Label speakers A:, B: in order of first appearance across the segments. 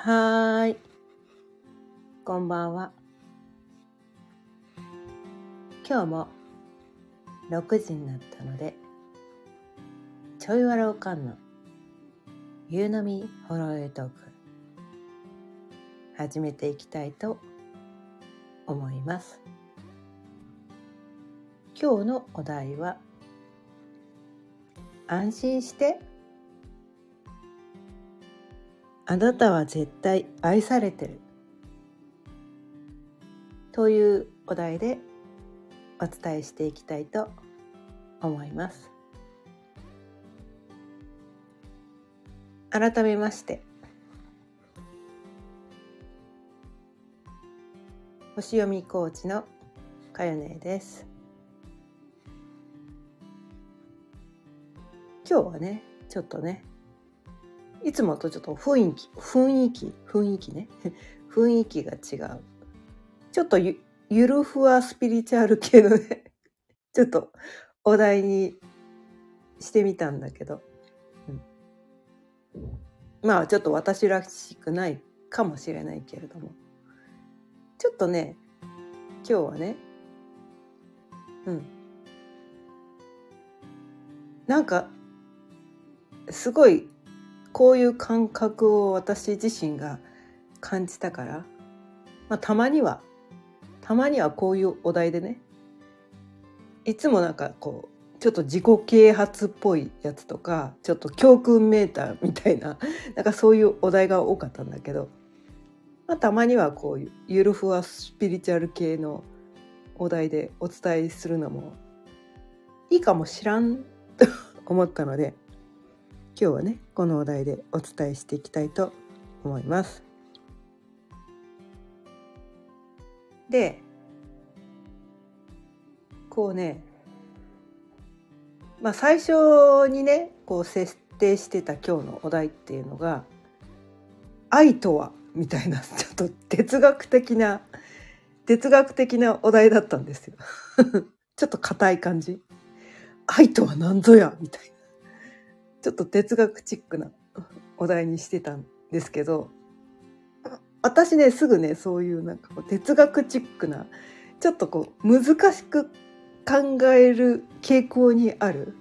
A: はーい、こんばんは。今日も6時になったので、ちょいわらおかんの夕飲みほろよいトーク始めていきたいと思います。今日のお題は、安心してあなたは絶対愛されてるというお題でお伝えしていきたいと思います。改めまして、星読みコーチのかよねです。今日はね、ちょっとね、いつもとちょっと雰囲気ね雰囲気が違う、ちょっとゆるふわスピリチュアル系のねちょっとお題にしてみたんだけど、まあちょっと私らしくないかもしれないけれども、ちょっとね今日はねなんかすごいこういう感覚を私自身が感じたから、たまにはこういうお題でね、いつもなんかこうちょっと自己啓発っぽいやつとか、ちょっと教訓メーターみたいななんかそういうお題が多かったんだけど、たまにはこういうゆるふわスピリチュアル系のお題でお伝えするのもいいかもしらんと思ったので、今日はねこのお題でお伝えしていきたいと思います。で、こうね、最初にねこう設定してた今日のお題っていうのが、愛とはみたいなちょっと哲学的なお題だったんですよちょっと硬い感じ、愛とは何ぞやみたいな、ちょっと哲学チックなお題にしてたんですけど、私ねすぐねそういうなんかこう哲学チックな、ちょっとこう難しく考える傾向にある、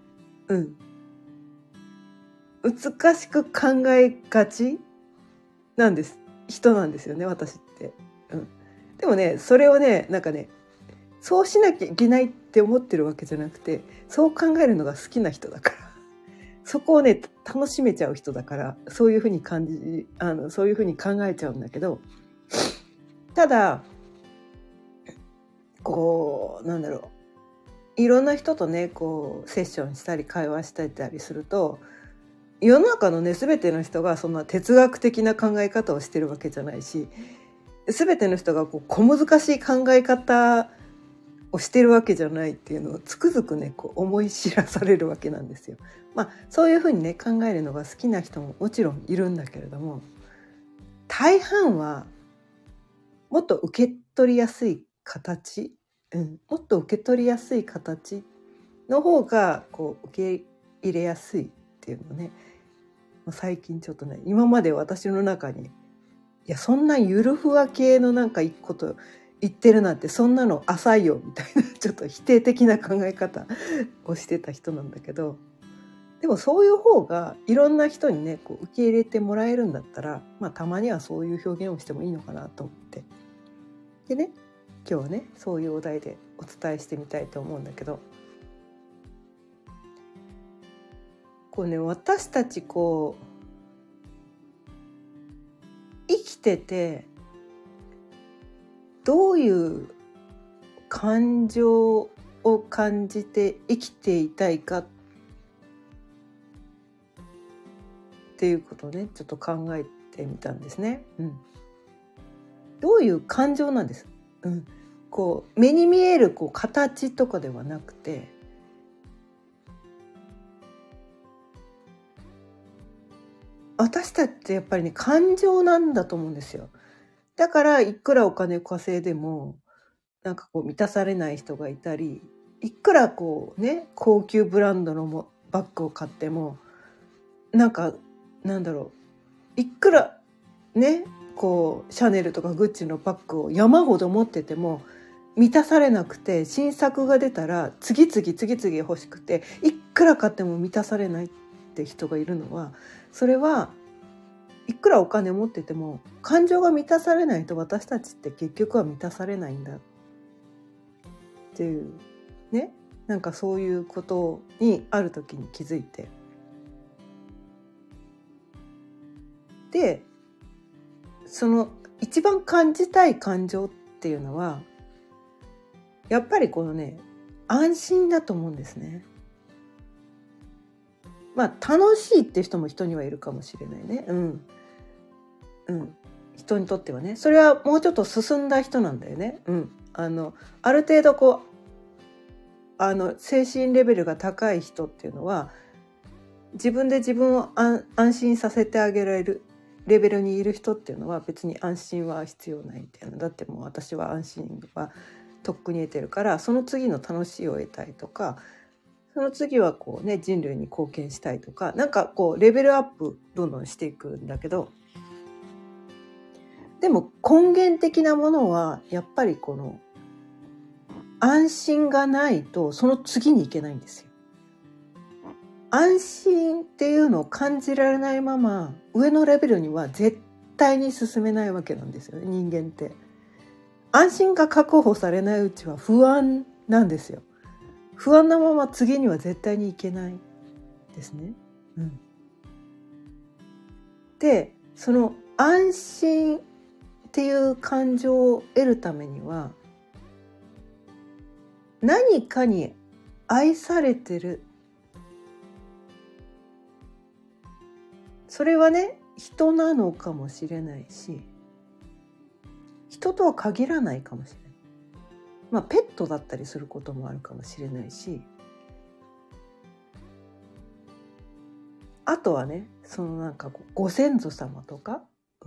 A: 難しく考えがちなんです人なんですよね、私って。でもねそれをねなんかねそうしなきゃいけないって思ってるわけじゃなくて、そう考えるのが好きな人だから、そこをね楽しめちゃう人だから、そういうふうにそういうふうに考えちゃうんだけど、ただこういろんな人とねこうセッションしたり会話したりすると、世の中のね全ての人がそんな哲学的な考え方をしてるわけじゃないし、全ての人がこう小難しい考え方をしてるわけじゃないっていうのをつくづくねこう思い知らされるわけなんですよ。そういうふうにね考えるのが好きな人ももちろんいるんだけれども、大半はもっと受け取りやすい形、もっと受け取りやすい形の方がこう受け入れやすいっていうのね、最近ちょっとね、今まで私の中に、いやそんなゆるふわ系のなんか一個と言ってるなんて、そんなの浅いよみたいなちょっと否定的な考え方をしてた人なんだけど、でもそういう方がいろんな人にねこう受け入れてもらえるんだったら、たまにはそういう表現をしてもいいのかなと思って、でね今日はねそういうお題でお伝えしてみたいと思うんだけど、こうね私たちこう生きててどういう感情を感じて生きていたいかっていうことをねちょっと考えてみたんですね。どういう感情なんです。こう目に見えるこう形とかではなくて、私たちってやっぱりね感情なんだと思うんですよ。だからいくらお金稼いでもなんかこう満たされない人がいたり、いくらこうね高級ブランドのバッグを買ってもなんかいくらねこうシャネルとかグッチのバッグを山ほど持ってても満たされなくて、新作が出たら次々欲しくていくら買っても満たされないって人がいるのは、それはいくらお金持ってても感情が満たされないと私たちって結局は満たされないんだっていうね、なんかそういうことにある時に気づいて、でその一番感じたい感情っていうのはやっぱりこのね安心だと思うんですね。まあ楽しいって人も人にはいるかもしれないね。人にとってはね、それはもうちょっと進んだ人なんだよね。ある程度こう精神レベルが高い人っていうのは自分で自分を安心させてあげられるレベルにいる人っていうのは別に安心は必要ないっていうのだって、もう私は安心はとっくに得てるから、その次の楽しいを得たいとか、その次はこうね人類に貢献したいとか、なんかこうレベルアップどんどんしていくんだけど、でも根源的なものはやっぱりこの安心がないとその次に行けないんですよ。安心っていうのを感じられないまま上のレベルには絶対に進めないわけなんですよね。人間って安心が確保されないうちは不安なんですよ。不安なまま次には絶対に行けないですね。でその安心っていう感情を得るためには何かに愛されてる、それはね人なのかもしれないし、人とは限らないかもしれない。まあペットだったりすることもあるかもしれないし、あとはねそのなんかご先祖様とか、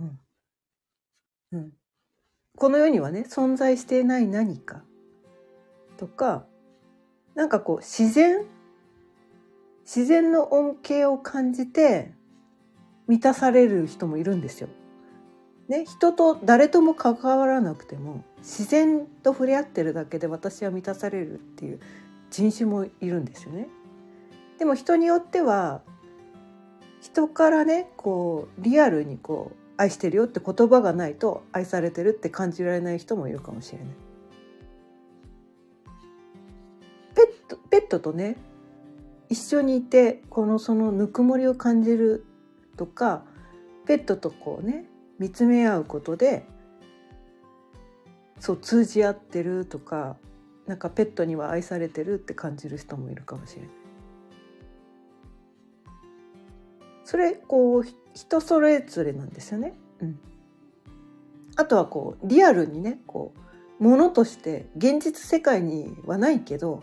A: この世にはね存在していない何かとか、なんかこう自然の恩恵を感じて満たされる人もいるんですよ。ね、人と誰とも関わらなくても自然と触れ合ってるだけで私は満たされるっていう人種もいるんですよね。でも人によっては人からねこうリアルにこう愛してるよって言葉がないと愛されてるって感じられない人もいるかもしれない。ペットとね一緒にいてそのぬくもりを感じるとか、ペットとこうね見つめ合うことでそう通じ合ってるとか、なんかペットには愛されてるって感じる人もいるかもしれない。それこう人それぞれなんですよね。あとはこうリアルにねこう物として現実世界にはないけど、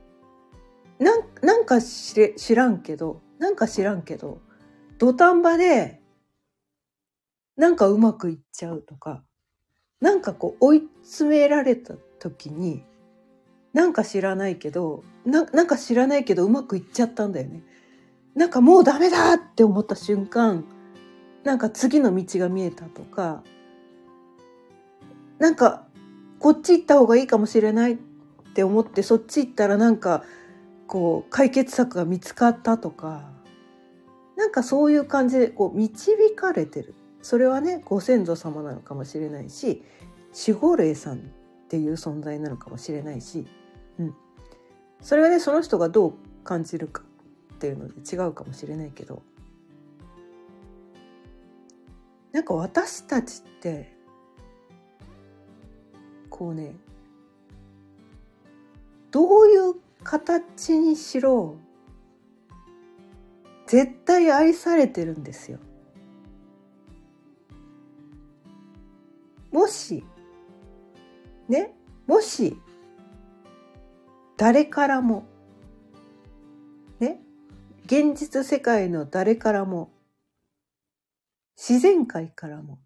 A: なんか知らんけど土壇場でなんかうまくいっちゃうとか、なんかこう追い詰められた時になんか知らないけどうまくいっちゃったんだよね。なんかもうダメだって思った瞬間、なんか次の道が見えたとか、なんかこっち行った方がいいかもしれないって思ってそっち行ったらなんかこう解決策が見つかったとか、なんかそういう感じでこう導かれてる。それはねご先祖様なのかもしれないし、守護霊さんっていう存在なのかもしれないし、それはねその人がどう感じるかっていうので違うかもしれないけど、なんか私たちってこうねどういう形にしろ絶対愛されてるんですよ。もし誰からもね、現実世界の誰からも自然界からも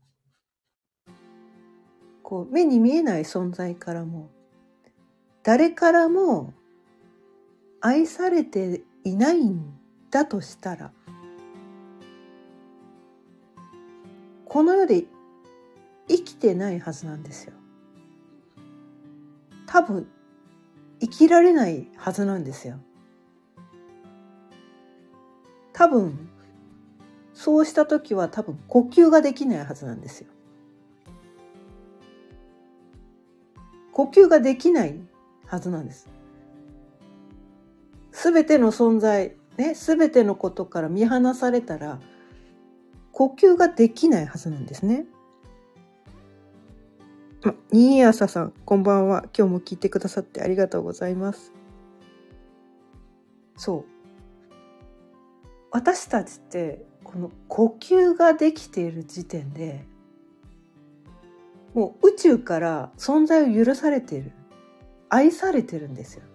A: こう目に見えない存在からも誰からも愛されていないんだとしたら、 この世で生きてないはずなんですよ。多分生きられないはずなんですよ。多分そうした時は多分呼吸ができないはずなんですよ。呼吸ができないはずなんです。すべての存在、ね、すべてのことから見放されたら呼吸ができないはずなんですね。新朝さん、こんばんは。今日も聞いてくださってありがとうございます。そう。私たちってこの呼吸ができている時点でもう宇宙から存在を許されている、愛されてるんですよ。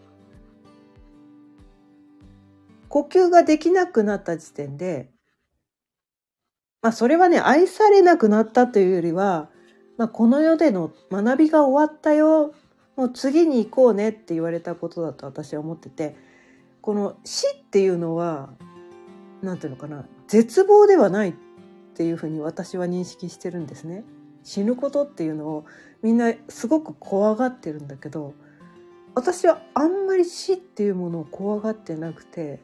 A: 呼吸ができなくなった時点で、それはね、愛されなくなったというよりは、この世での学びが終わったよ、もう次に行こうねって言われたことだと私は思ってて、この死っていうのはなんていうのかな、絶望ではないっていうふうに私は認識してるんですね。死ぬことっていうのをみんなすごく怖がってるんだけど、私はあんまり死っていうものを怖がってなくて、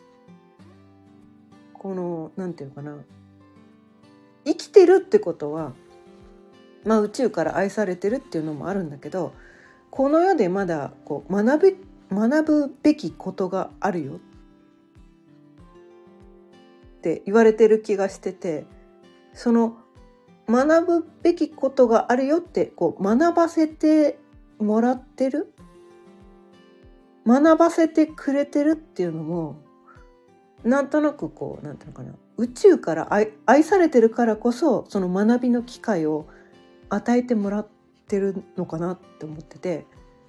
A: このなんていうかな、生きてるってことは、宇宙から愛されてるっていうのもあるんだけど、この世でまだこう学ぶべきことがあるよって言われてる気がしてて、その学ぶべきことがあるよってこう学ばせてもらってる、学ばせてくれてるっていうのもなんとなくこうなんていうのかな、宇宙から愛されてるからこそその学びの機会を与えてもらってるのかなって思ってて、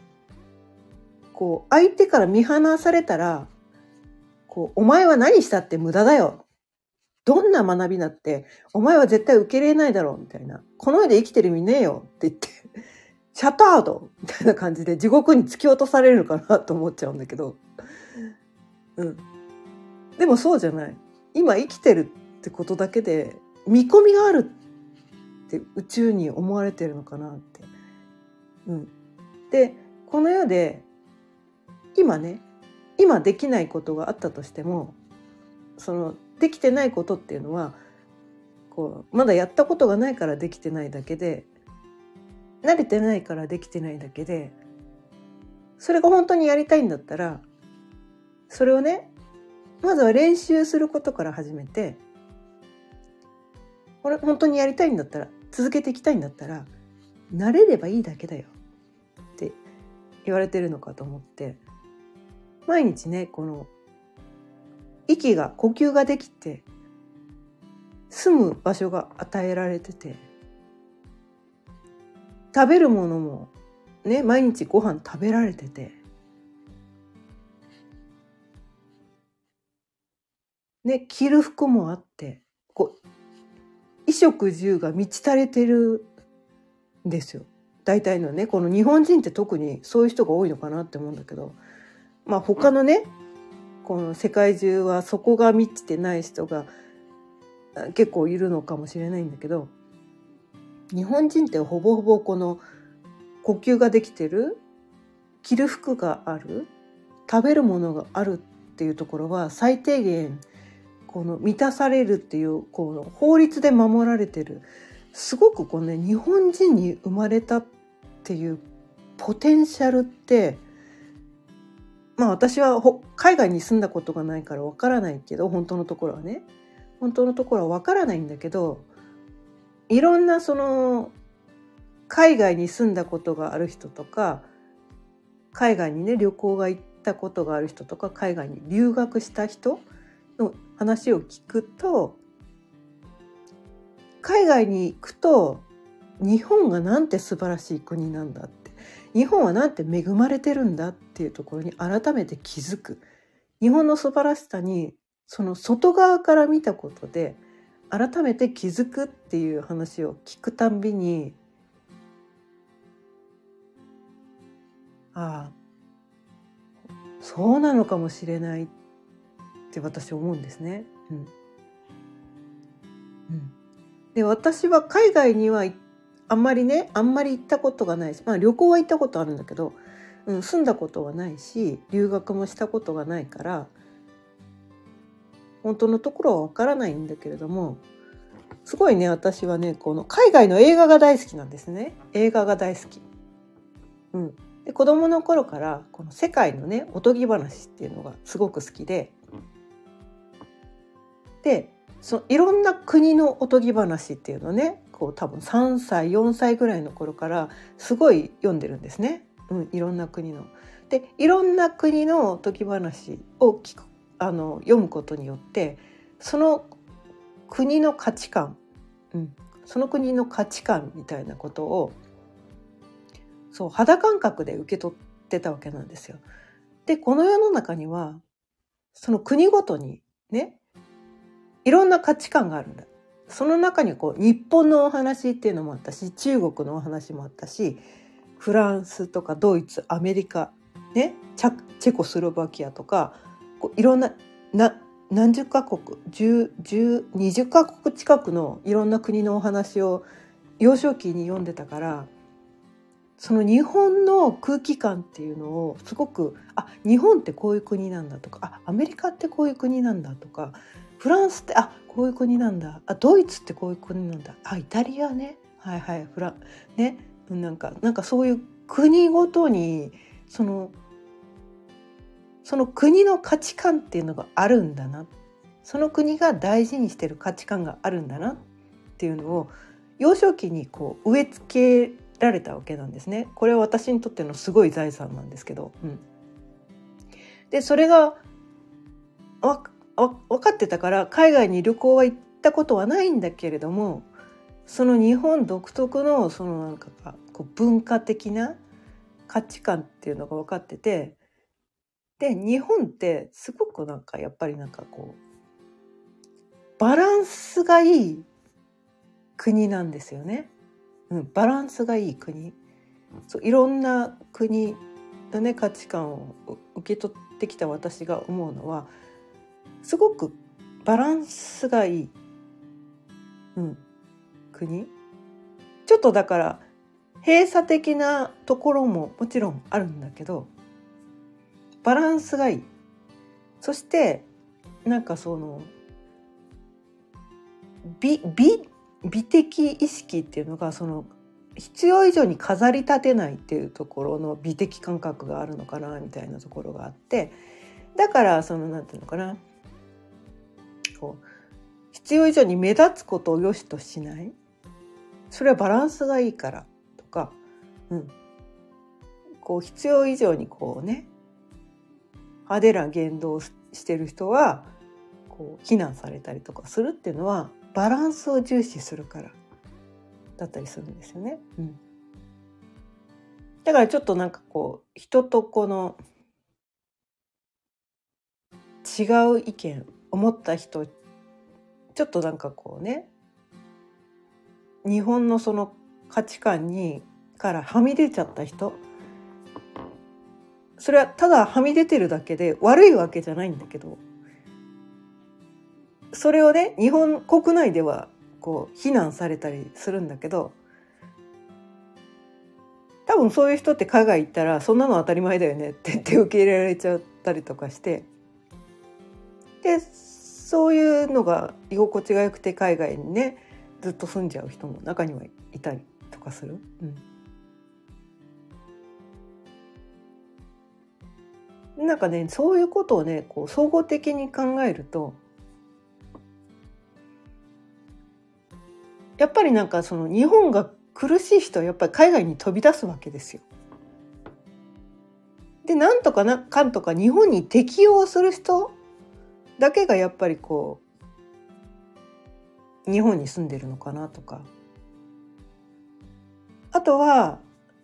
A: こう相手から見放されたらこうお前は何したって無駄だよ、どんな学びだってお前は絶対受け入れないだろうみたいな、この世で生きてる意味ねえよって言ってシャットアウトみたいな感じで地獄に突き落とされるのかなと思っちゃうんだけど、でもそうじゃない。今生きてるってことだけで見込みがあるって宇宙に思われてるのかなって。でこの世で今できないことがあったとしても、そのできてないことっていうのはこうまだやったことがないからできてないだけで、慣れてないからできてないだけで、それが本当にやりたいんだったらそれをね、まずは練習することから始めて、これ本当にやりたいんだったら、続けていきたいんだったら慣れればいいだけだよって言われてるのかと思って、毎日ねこの呼吸ができて住む場所が与えられてて、食べるものもね毎日ご飯食べられてて、着る服もあって、こう衣食住が満ち足れてるんですよ。大体のね、この日本人って特にそういう人が多いのかなって思うんだけど、他のねこの世界中はそこが満ちてない人が結構いるのかもしれないんだけど、日本人ってほぼほぼこの呼吸ができてる、着る服がある、食べるものがあるっていうところは最低限この満たされるっていうこの法律で守られてる、すごくこうね日本人に生まれたっていうポテンシャルって、私は海外に住んだことがないからわからないけど、本当のところはわからないんだけど、いろんなその海外に住んだことがある人とか、海外にね旅行が行ったことがある人とか、海外に留学した人の話を聞くと、海外に行くと日本がなんて素晴らしい国なんだって、日本はなんて恵まれてるんだっていうところに改めて気づく。日本の素晴らしさにその外側から見たことで改めて気づくっていう話を聞くたんびに、ああそうなのかもしれないって私思うんですね。 で私は海外にはあんまり行ったことがないし、まあ、旅行は行ったことあるんだけど、住んだことはないし留学もしたことがないから本当のところはわからないんだけれども、すごいね、私はねこの海外の映画が大好きなんですね。映画が大好き。で子供の頃からこの世界のねおとぎ話っていうのがすごく好きで、いろんな国のおとぎ話っていうのをねこう多分3歳4歳ぐらいの頃からすごい読んでるんですね。いろんな国の。でいろんな国のおとぎ話を読むことによってその国の価値観、その国の価値観みたいなことを肌感覚で受け取ってたわけなんですよ。でこの世の中にはその国ごとにねいろんな価値観があるんだ。その中に日本のお話っていうのもあったし、中国のお話もあったし、フランスとかドイツ、アメリカ、チェコスロバキアとかいろんな何十カ国、20カ国近くのいろんな国のお話を幼少期に読んでたから、その日本の空気感っていうのをすごく日本ってこういう国なんだとか、アメリカってこういう国なんだとか、フランスってこういう国なんだ、ドイツってこういう国なんだ、イタリアね、なんかそういう国ごとにその国の価値観っていうのがあるんだな、その国が大事にしてる価値観があるんだなっていうのを幼少期に植え付けられたわけなんですね。これは私にとってのすごい財産なんですけど、でそれが分かってたから海外に旅行は行ったことはないんだけれども、その日本独特の文化的な価値観っていうのが分かってて、で日本ってすごくやっぱりバランスがいい国なんですよね。バランスがいい国。いろんな国の価値観を受け取ってきた私が思うのは、すごくバランスがいい、国。ちょっとだから閉鎖的なところももちろんあるんだけど、バランスがいい。そして美的意識っていうのが必要以上に飾り立てないっていうところの美的感覚があるのかなみたいなところがあって、だからなんていうのかな、必要以上に目立つことを良しとしない、それはバランスがいいからとか、必要以上に派手な言動をしてる人は非難されたりとかするっていうのはバランスを重視するからだったりするんですよね。だからちょっと人と違う意見を持った人、ちょっと日本のその価値観からはみ出ちゃった人、それはただはみ出てるだけで悪いわけじゃないんだけど、それをね日本国内では非難されたりするんだけど、多分そういう人って海外行ったらそんなの当たり前だよねって言って受け入れられちゃったりとかして、でそういうのが居心地が良くて海外にねずっと住んじゃう人も中にはいたりとかする。そういうことをね総合的に考えると、やっぱり日本が苦しい人はやっぱり海外に飛び出すわけですよ。でなんとかかんとか日本に適応する人だけがやっぱり日本に住んでるのかなとか、あとは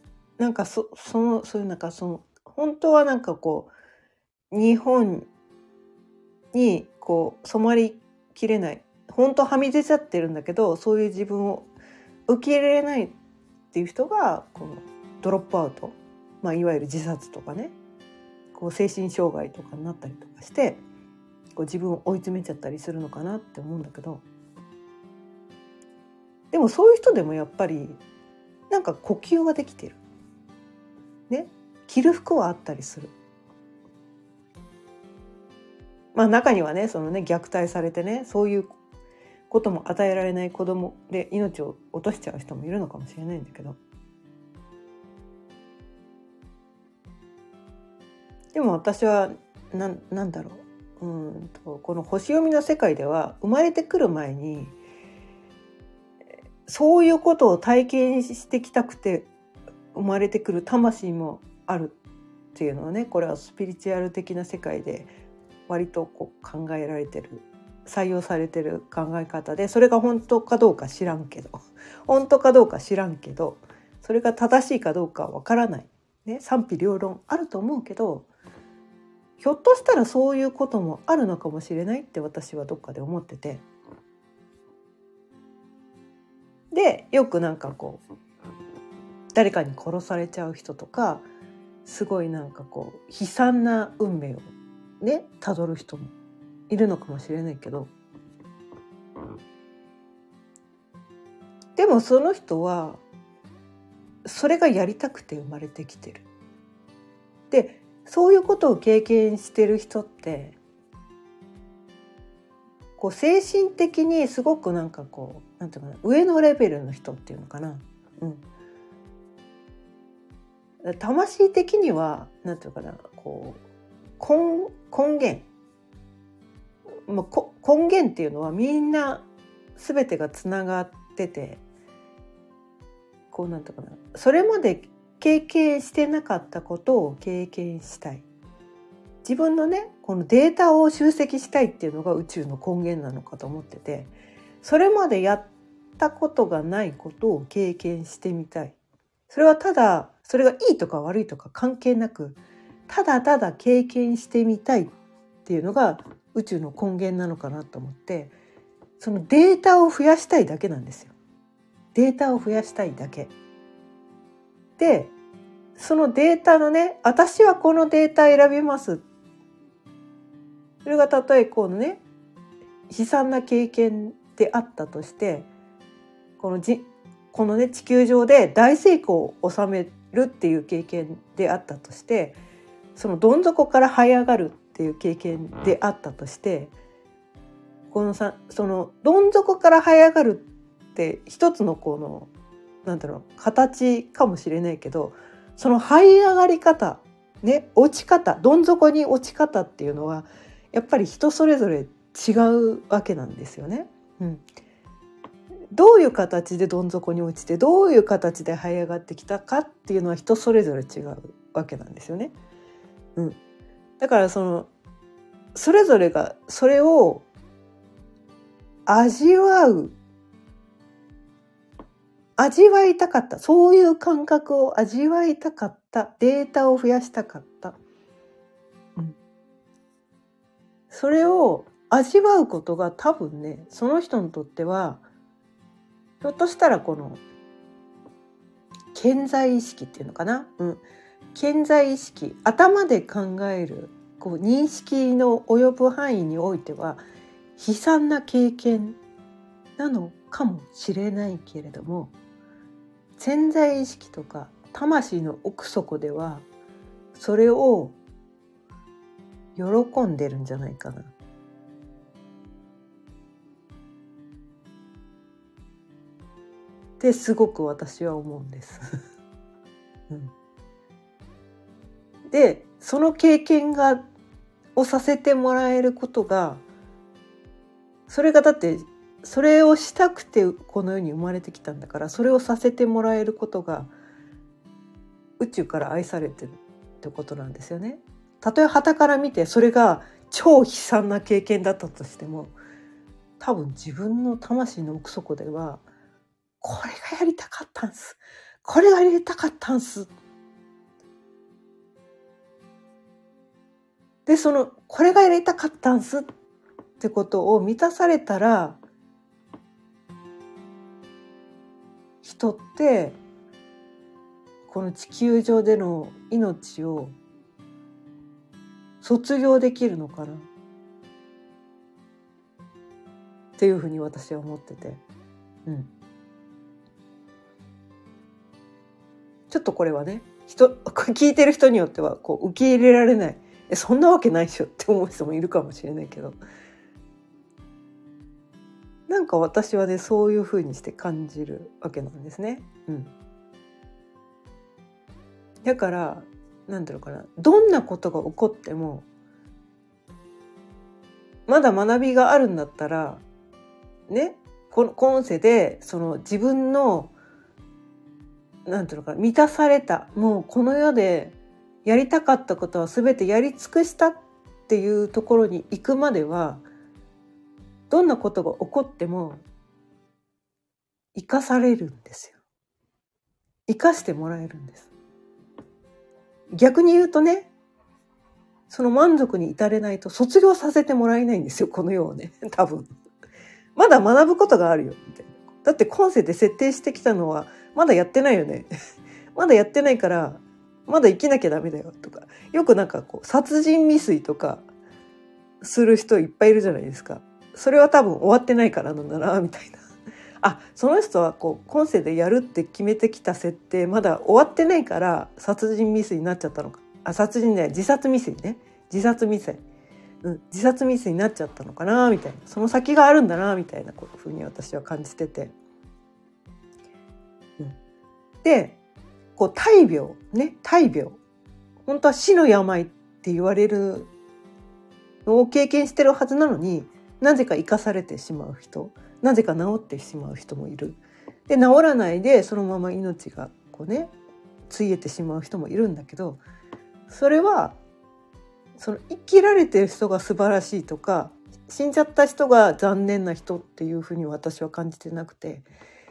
A: 本当は日本に染まりきれない、本当はみ出ちゃってるんだけどそういう自分を受け入れれないっていう人がドロップアウト、いわゆる自殺とかね精神障害とかになったりとかして自分を追い詰めちゃったりするのかなって思うんだけど、 でもそういう人でもやっぱりなんか呼吸はできてるね、着る服はあったりする。まあ中にはね、そのね、虐待されてね、そういうことも与えられない子供で命を落としちゃう人もいるのかもしれないんだけど、でも私はなんだろう、この星読みの世界では生まれてくる前にそういうことを体験してきたくて生まれてくる魂もあるっていうのはね、これはスピリチュアル的な世界で割とこう考えられてる、採用されてる考え方で、それが本当かどうか知らんけど本当かどうか知らんけど、それが正しいかどうかはわからない、ね、賛否両論あると思うけど、ひょっとしたらそういうこともあるのかもしれないって私はどっかで思ってて、でよくなんかこう誰かに殺されちゃう人とか、すごいなんかこう悲惨な運命をねたどる人もいるのかもしれないけど、でもその人はそれがやりたくて生まれてきてる。でそういうことを経験してる人ってこう精神的にすごくなんかこうなんていうかな、上のレベルの人っていうのかな、魂的にはなんていうかな、こう根源、根源っていうのはみんな全てがつながってて、こうなんていうかな、それまで経験してなかったことを経験したい、自分のねこのデータを集積したいっていうのが宇宙の根源なのかと思ってて、それまでやったことがないことを経験してみたい。それはただそれがいいとか悪いとか関係なく、ただただ経験してみたいっていうのが宇宙の根源なのかなと思って、そのデータを増やしたいだけなんですよ。データを増やしたいだけで、そのデータのね、私はこのデータ選びます、それがたとえこのね悲惨な経験であったとして、このね地球上で大成功を収めるっていう経験であったとして、そのどん底から這い上がるっていう経験であったとして、そのどん底から這い上がるって一つのこのなんだろう形かもしれないけど、その這い上がり方ね、落ち方、どん底に落ち方っていうのはやっぱり人それぞれ違うわけなんですよね。どういう形でどん底に落ちてどういう形で這い上がってきたかっていうのは人それぞれ違うわけなんですよね。だからそれぞれがそれを味わいたかった、そういう感覚を味わいたかった、データを増やしたかった、それを味わうことが多分ね、その人にとってはひょっとしたらこの顕在意識っていうのかな、顕在意識、頭で考えるこう認識の及ぶ範囲においては悲惨な経験なのかもしれないけれども、潜在意識とか魂の奥底ではそれを喜んでるんじゃないかなってすごく私は思うんです、でその経験をさせてもらえることが、それがだってそれをしたくてこの世に生まれてきたんだから、それをさせてもらえることが宇宙から愛されてるってことなんですよね。たとえ傍から見てそれが超悲惨な経験だったとしても、多分自分の魂の奥底ではこれがやりたかったんす、これがやりたかったんす、でそのこれがやりたかったんすってことを満たされたら、人ってこの地球上での命を卒業できるのかなっていうふうに私は思ってて、 ちょっとこれはね聞いてる人によってはこう受け入れられない、そんなわけないでしょって思う人もいるかもしれないけど、なんか私はねそういう風にして感じるわけなんですね。だからなんだろうかな、どんなことが起こってもまだ学びがあるんだったらね、今世でその自分のなんていうのかな、満たされた、もうこの世でやりたかったことは全てやり尽くしたっていうところに行くまでは、どんなことが起こっても生かされるんですよ。生かしてもらえるんです。逆に言うとね、その満足に至れないと卒業させてもらえないんですよ、この世をね、多分。まだ学ぶことがあるよみたいな。だって今世で設定してきたのはまだやってないよね。まだやってないからまだ生きなきゃダメだよとか、よくなんかこう殺人未遂とかする人いっぱいいるじゃないですか。それは多分終わってないからなんだなみたいな。あ、その人はこう今世でやるって決めてきた設定まだ終わってないから殺人未遂になっちゃったのか。殺人じゃない、自殺未遂ね。自殺未遂。自殺未遂になっちゃったのかなみたいな、その先があるんだなみたいなふうに私は感じてて、でこう大病ね、大病、本当は死の病って言われるのを経験してるはずなのに、なぜか生かされてしまう人、なぜか治ってしまう人もいる。で治らないでそのまま命がこうねついえてしまう人もいるんだけど、それはその生きられてる人が素晴らしいとか、死んじゃった人が残念な人っていうふうに私は感じてなくて、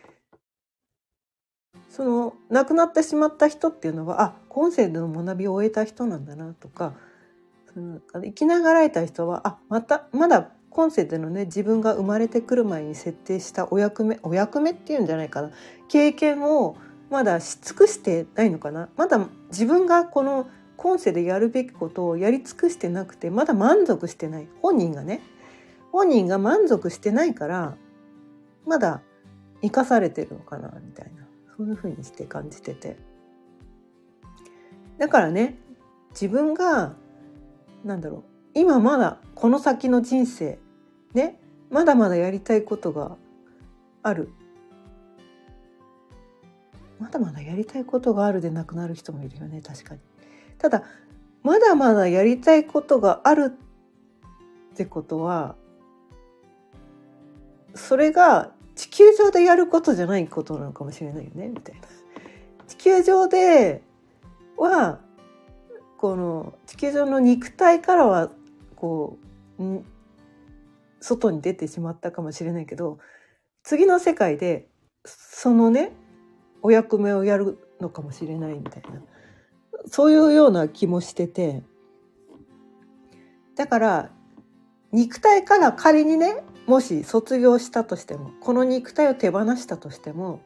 A: その亡くなってしまった人っていうのは今世での学びを終えた人なんだなとか、その生きながらえた人はまだ今世でのね自分が生まれてくる前に設定したお役目っていうんじゃないかな、経験をまだし尽くしてないのかな、まだ自分がこの今世でやるべきことをやり尽くしてなくて、まだ満足してない、本人が満足してないからまだ生かされてるのかなみたいな、そういうふうにして感じてて、だからね自分がなんだろう、今まだこの先の人生ね、まだまだやりたいことがある、まだまだやりたいことがあるで亡くなる人もいるよね、確かに。ただまだまだやりたいことがあるってことは、それが地球上でやることじゃないことなのかもしれないよねみたいな。地球上ではこの地球上の肉体からはこう外に出てしまったかもしれないけど、次の世界でそのねお役目をやるのかもしれないみたいな、そういうような気もしてて、だから肉体から仮にねもし卒業したとしても、この肉体を手放したとしても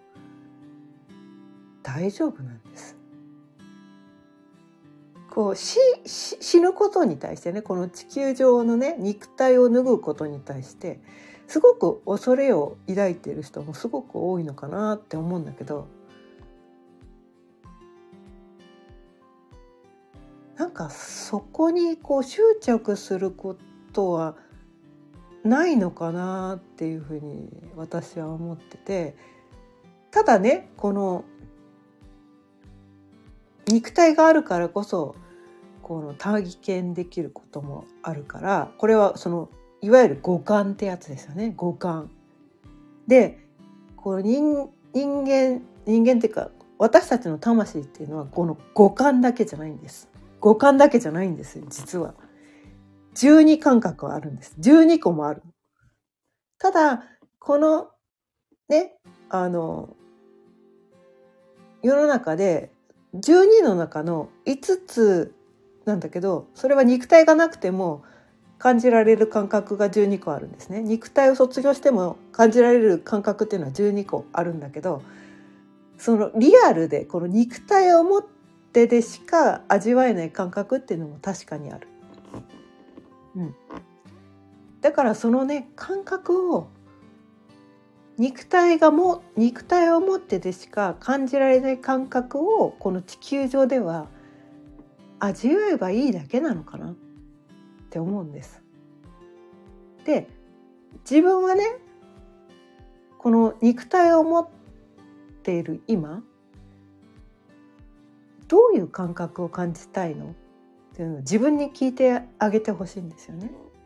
A: 大丈夫なんです。こう死ぬことに対してね、この地球上のね肉体を脱ぐことに対してすごく恐れを抱いている人もすごく多いのかなって思うんだけど、なんかそこにこう執着することはないのかなっていうふうに私は思ってて、ただねこの肉体があるからこそこの体験できることもあるから、これはそのいわゆる五感ってやつですよね。五感でこの人間っていうか私たちの魂っていうのはこの五感だけじゃないんです。五感だけじゃないんですよ。実は12感覚はあるんです。12個もある。ただこのね世の中で12の中の5つなんだけど、それは肉体がなくても感じられる感覚が12個あるんですね。肉体を卒業しても感じられる感覚っていうのは12個あるんだけど、そのリアルでこの肉体を持ってでしか味わえない感覚っていうのも確かにある。だからそのね感覚を肉体を持ってでしか感じられない感覚をこの地球上では味わえばいいだけなのかなって思うんです。で、自分はね、この肉体を持っている今、どういう感覚を感じたいのっていうのを自分に聞いてあげてほしいんですよね。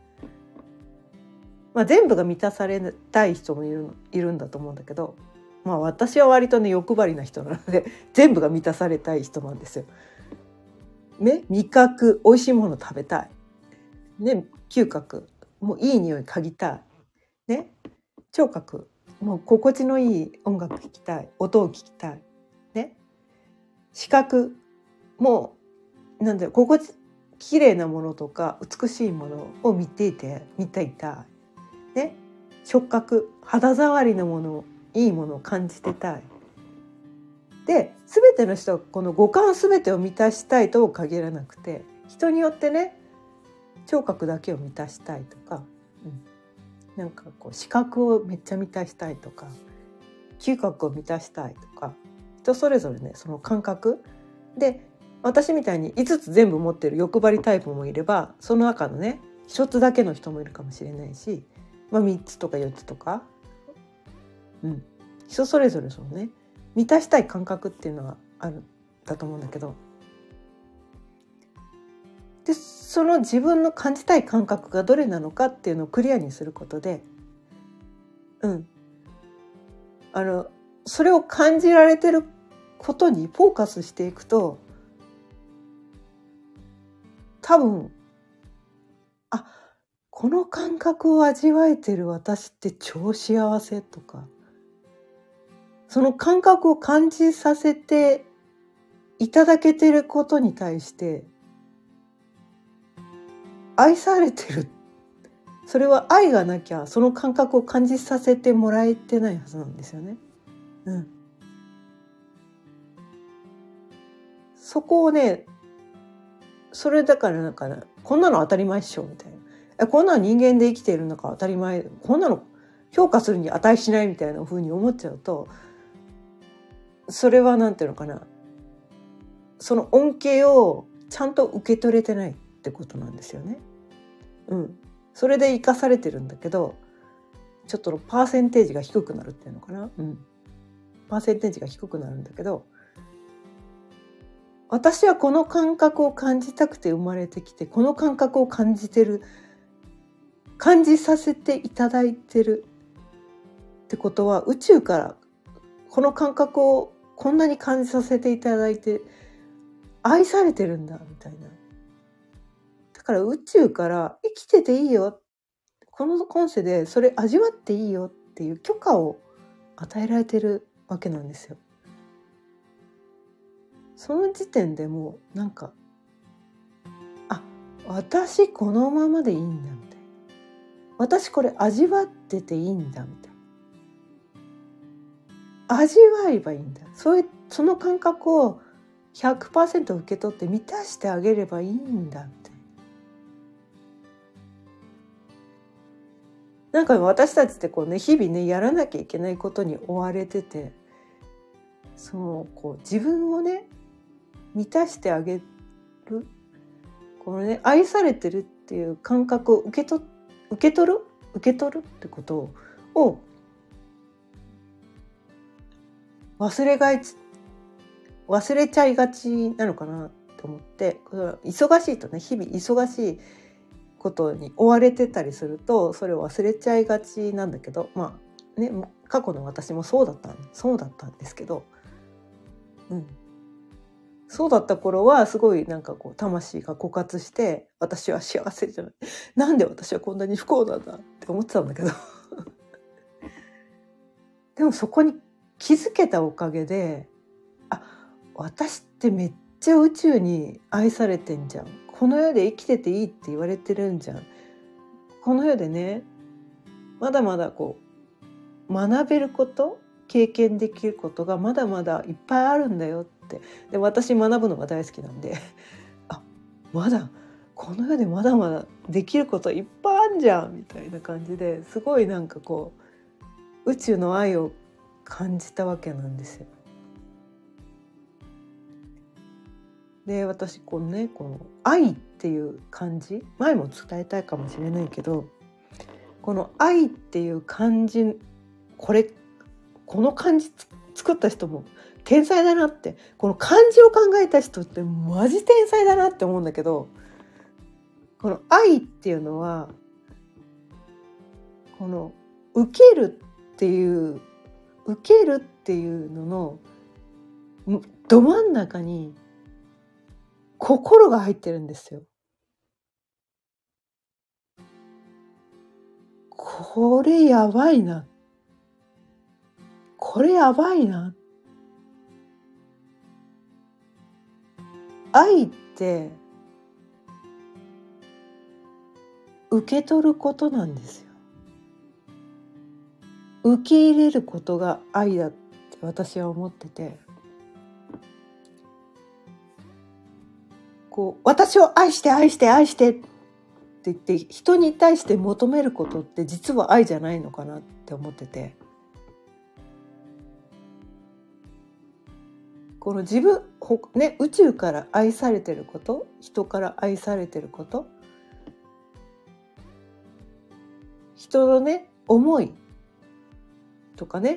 A: 全部が満たされたい人もいるんだと思うんだけど、私は割とね欲張りな人なので全部が満たされたい人なんですよ。ね、味覚、美味しいもの食べたい。ね、嗅覚、もういい匂い嗅ぎたい。ね、聴覚、もう心地のいい音楽聴きたい。音を聞きたい。ね、視覚、もうなんだろう、綺麗なものとか美しいものを見ていたい。ね、触覚、肌触りのもの、いいものを感じてたい。で、全ての人はこの五感全てを満たしたいとは限らなくて、人によってね、聴覚だけを満たしたいとか、なんかこう視覚をめっちゃ満たしたいとか、嗅覚を満たしたいとか、人それぞれね、その感覚で、私みたいに5つ全部持ってる欲張りタイプもいれば、その中のね1つだけの人もいるかもしれないし、3つとか4つとか、人それぞれそのね満たしたい感覚っていうのはあるんだと思うんだけど、でその自分の感じたい感覚がどれなのかっていうのをクリアにすることで、それを感じられてることにフォーカスしていくと、多分この感覚を味わえてる私って超幸せとか、その感覚を感じさせていただけてることに対して愛されてる、それは愛がなきゃその感覚を感じさせてもらえてないはずなんですよね。そこをね、それだからこんなの当たり前っしょみたいな、こんなの人間で生きているのか当たり前、こんなの評価するに値しないみたいな風に思っちゃうと、それはなんていうのかな、その恩恵をちゃんと受け取れてないってことなんですよね。それで生かされてるんだけど、ちょっとパーセンテージが低くなるっていうのかな、パーセンテージが低くなるんだけど、私はこの感覚を感じたくて生まれてきて、この感覚を感じさせていただいてるってことは、宇宙からこの感覚をこんなに感じさせていただいて愛されてるんだみたいな。だから宇宙から生きてていいよ、この今世でそれ味わっていいよっていう許可を与えられてるわけなんですよ。その時点でもう私このままでいいんだみたいな、私これ味わってていいんだみたいな、味わえばいいんだ、その感覚を 100% 受け取って満たしてあげればいいんだみたいな。私たちって日々ねやらなきゃいけないことに追われてて、自分をね満たしてあげる、愛されてるっていう感覚を受け取るってことを忘れちゃいがちなのかなと思って、忙しいとね、日々忙しいことに追われてたりするとそれを忘れちゃいがちなんだけど、過去の私もそうだったんですけど、そうだった頃はすごい魂が枯渇して、私は幸せじゃない、なんで私はこんなに不幸なんだって思ってたんだけどでもそこに気づけたおかげで、私ってめっちゃ宇宙に愛されてんじゃん、この世で生きてていいって言われてるんじゃん、この世でねまだまだ学べること、経験できることがまだまだいっぱいあるんだよって。で、私学ぶのが大好きなんでまだこの世でまだまだできることいっぱいあるじゃんみたいな感じで、すごい宇宙の愛を感じたわけなんですよ。で私この愛っていう漢字、前も伝えたいかもしれないけど、この愛っていう漢字、この漢字作った人も天才だなって、この漢字を考えた人ってマジ天才だなって思うんだけど、この愛っていうのはこの受けるっていうののど真ん中に心が入ってるんですよ。これやばいな。これやばいな。愛って受け取ることなんですよ。受け入れることが愛だって私は思ってて、私を愛して愛して愛してって言って人に対して求めることって実は愛じゃないのかなって思ってて、この宇宙から愛されてること、人から愛されてること、人の思いとか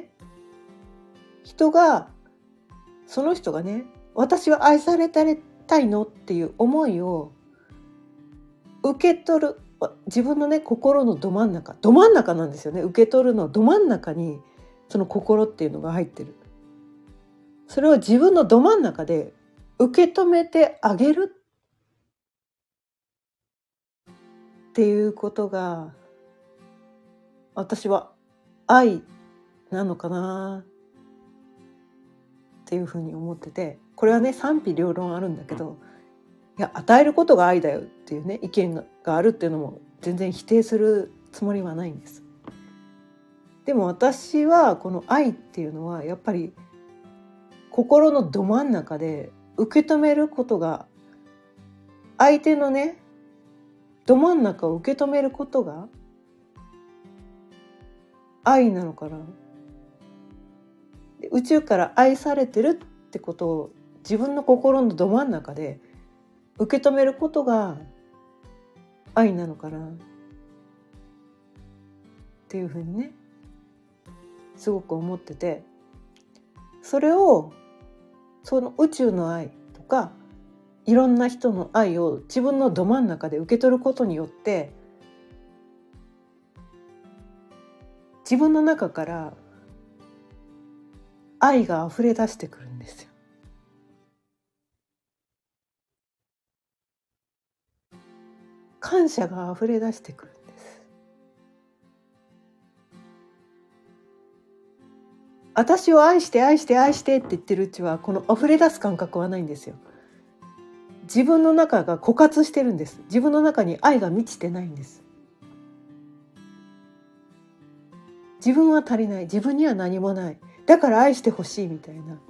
A: その人が私は愛されたいのっていう思いを受け取る、自分の心のど真ん中なんですよね。受け取るのど真ん中にその心っていうのが入ってる。それを自分のど真ん中で受け止めてあげるっていうことが私は愛なのかなっていうふうに思ってて、これは賛否両論あるんだけど、いや与えることが愛だよっていう意見があるっていうのも全然否定するつもりはないんです。でも私はこの愛っていうのはやっぱり心のど真ん中で受け止めることが、相手のど真ん中を受け止めることが愛なのかな。宇宙から愛されてるってことを自分の心のど真ん中で受け止めることが愛なのかなっていうふうにすごく思ってて、それをその宇宙の愛とかいろんな人の愛を自分のど真ん中で受け取ることによって自分の中から愛が溢れ出してくるんですよ。感謝が溢れ出してくるんです。私を愛して愛して愛してって言ってるうちはこの溢れ出す感覚はないんですよ。自分の中が枯渇してるんです。自分の中に愛が満ちてないんです。自分は足りない、自分には何もない、だから愛してほしいみたいな、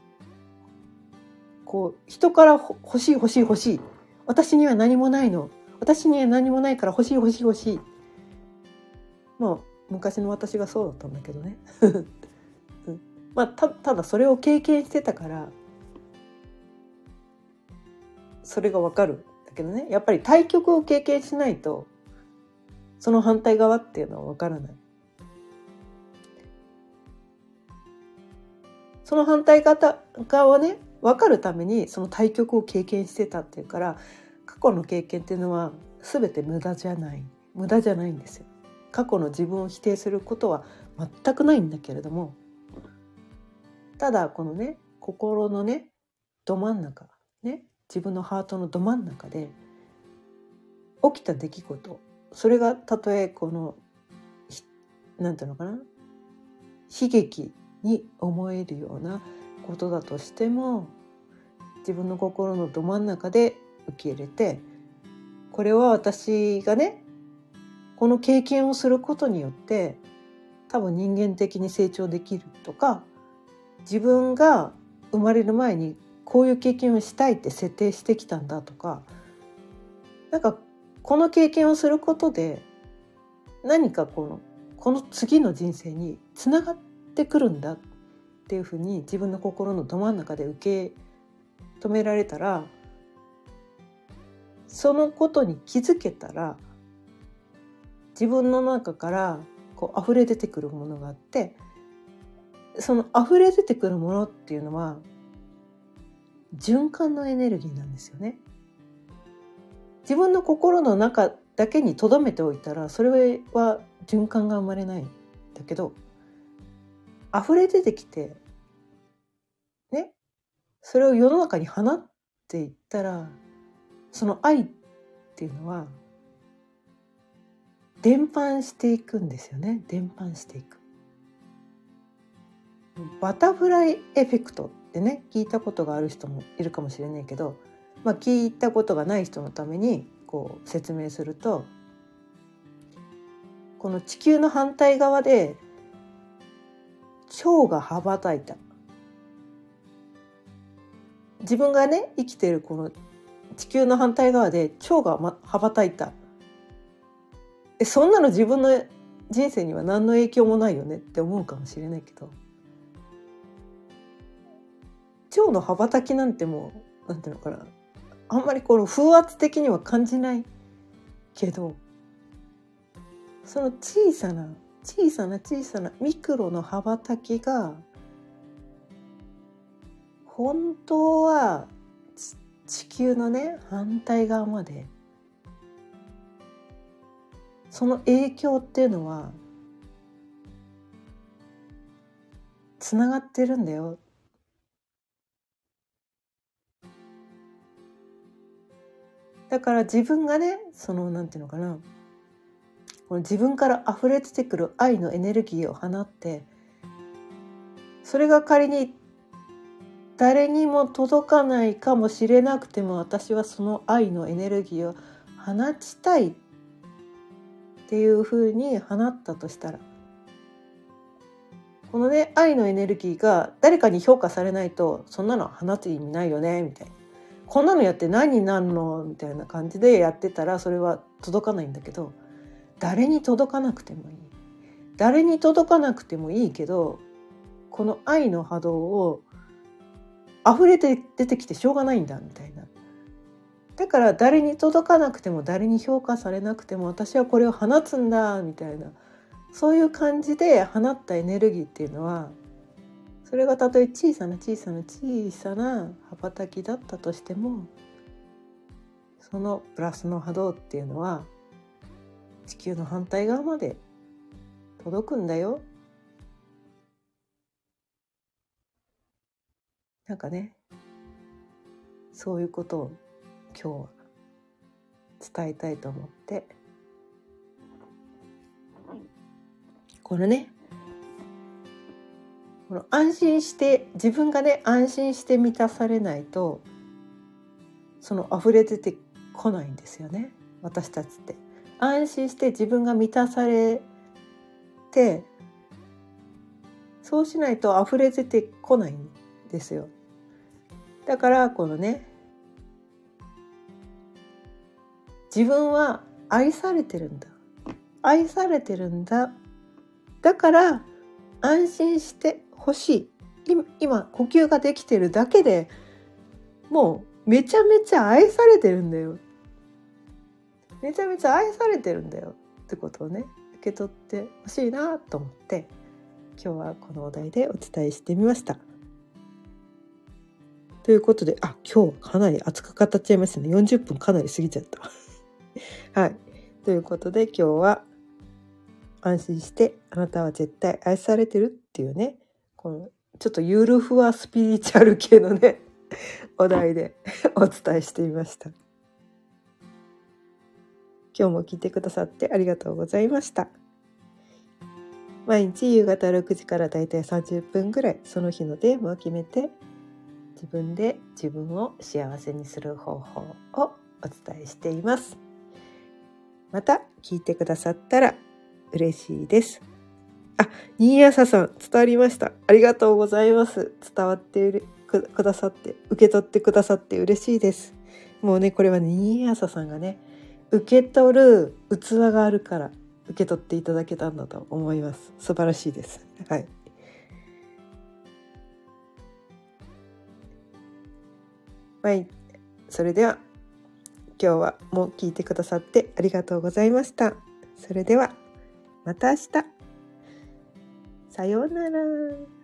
A: 人から欲しい欲しい欲しい、私には何もないの、私には何もないから欲しい欲しい欲しい。昔の私がそうだったんだけどねただそれを経験してたからそれがわかるんだけどね、やっぱり対極を経験しないとその反対側っていうのはわからない。その反対側を分かるためにその対極を経験してたっていうから、過去の経験っていうのは全て無駄じゃないんですよ。過去の自分を否定することは全くないんだけれども、ただこの心のど真ん中自分のハートのど真ん中で起きた出来事、それがたとえなんていうのかな、悲劇に思えるようなことだとしても、自分の心のど真ん中で受け入れて、これは私がこの経験をすることによって多分人間的に成長できるとか、自分が生まれる前にこういう経験をしたいって設定してきたんだとか、この経験をすることで何かこの次の人生につながってくるんだっていうふうに自分の心のど真ん中で受け止められたら、そのことに気づけたら、自分の中からこう溢れ出てくるものがあって、その溢れ出てくるものっていうのは循環のエネルギーなんですよね。自分の心の中だけに留めておいたらそれは循環が生まれないんだけど、溢れ出てきてね、それを世の中に放っていったら、その愛っていうのは伝播していくんですよね。伝播していく。バタフライエフェクトってね、聞いたことがある人もいるかもしれないけど、聞いたことがない人のためにこう説明すると、この地球の反対側で蝶が羽ばたいた。自分がね生きているこの地球の反対側で蝶が羽ばたいた。そんなの自分の人生には何の影響もないよねって思うかもしれないけど、蝶の羽ばたきなんてもうなんていうのかな、あんまりこの風圧的には感じないけど、その小さなミクロの羽ばたきが本当は地球のね反対側まで、その影響っていうのはつながってるんだよ。だから自分がね、そのなんていうのかな、この自分から溢れ出てくる愛のエネルギーを放って、それが仮に誰にも届かないかもしれなくても、私はその愛のエネルギーを放ちたいっていうふうに放ったとしたら、このね愛のエネルギーが誰かに評価されないと、そんなの放つ意味ないよねみたいな、こんなのやって何になるのみたいな感じでやってたらそれは届かないんだけど、誰に届かなくてもいい。誰に届かなくてもいいけど、この愛の波動を溢れて出てきてしょうがないんだみたいな。だから誰に届かなくても誰に評価されなくても私はこれを放つんだみたいな、そういう感じで放ったエネルギーっていうのは、それがたとえ小さな羽ばたきだったとしても、そのプラスの波動っていうのは地球の反対側まで届くんだよ。なんかね、そういうことを今日は伝えたいと思って、このね、この安心して自分がね安心して満たされないと、その溢れ出てこないんですよね。私たちって安心して自分が満たされて、そうしないと溢れ出てこないんですよ。だからこのね、自分は愛されてるんだ、愛されてるんだ、だから安心してほしい。今呼吸ができてるだけでもうめちゃめちゃ愛されてるんだよ、めちゃめちゃ愛されてるんだよってことをね受け取ってほしいなと思って、今日はこのお題でお伝えしてみました。ということで、今日はかなり熱く語っちゃいましたね。40分かなり過ぎちゃったはい、ということで今日は安心してあなたは絶対愛されてるっていうね、このちょっとゆるふわスピリチュアル系のねお題でお伝えしてみました。今日も聞いてくださってありがとうございました。毎日夕方6時からだいたい30分ぐらい、その日のテーマを決めて自分で自分を幸せにする方法をお伝えしています。また聞いてくださったら嬉しいです。新朝さん伝わりました。ありがとうございます。伝わってくださって、受け取ってくださって嬉しいです。もうね、これは新朝さんがね受け取る器があるから受け取っていただけたんだと思います。素晴らしいです。はい。はい、それでは今日はもう聞いてくださってありがとうございました。それではまた明日。さようなら。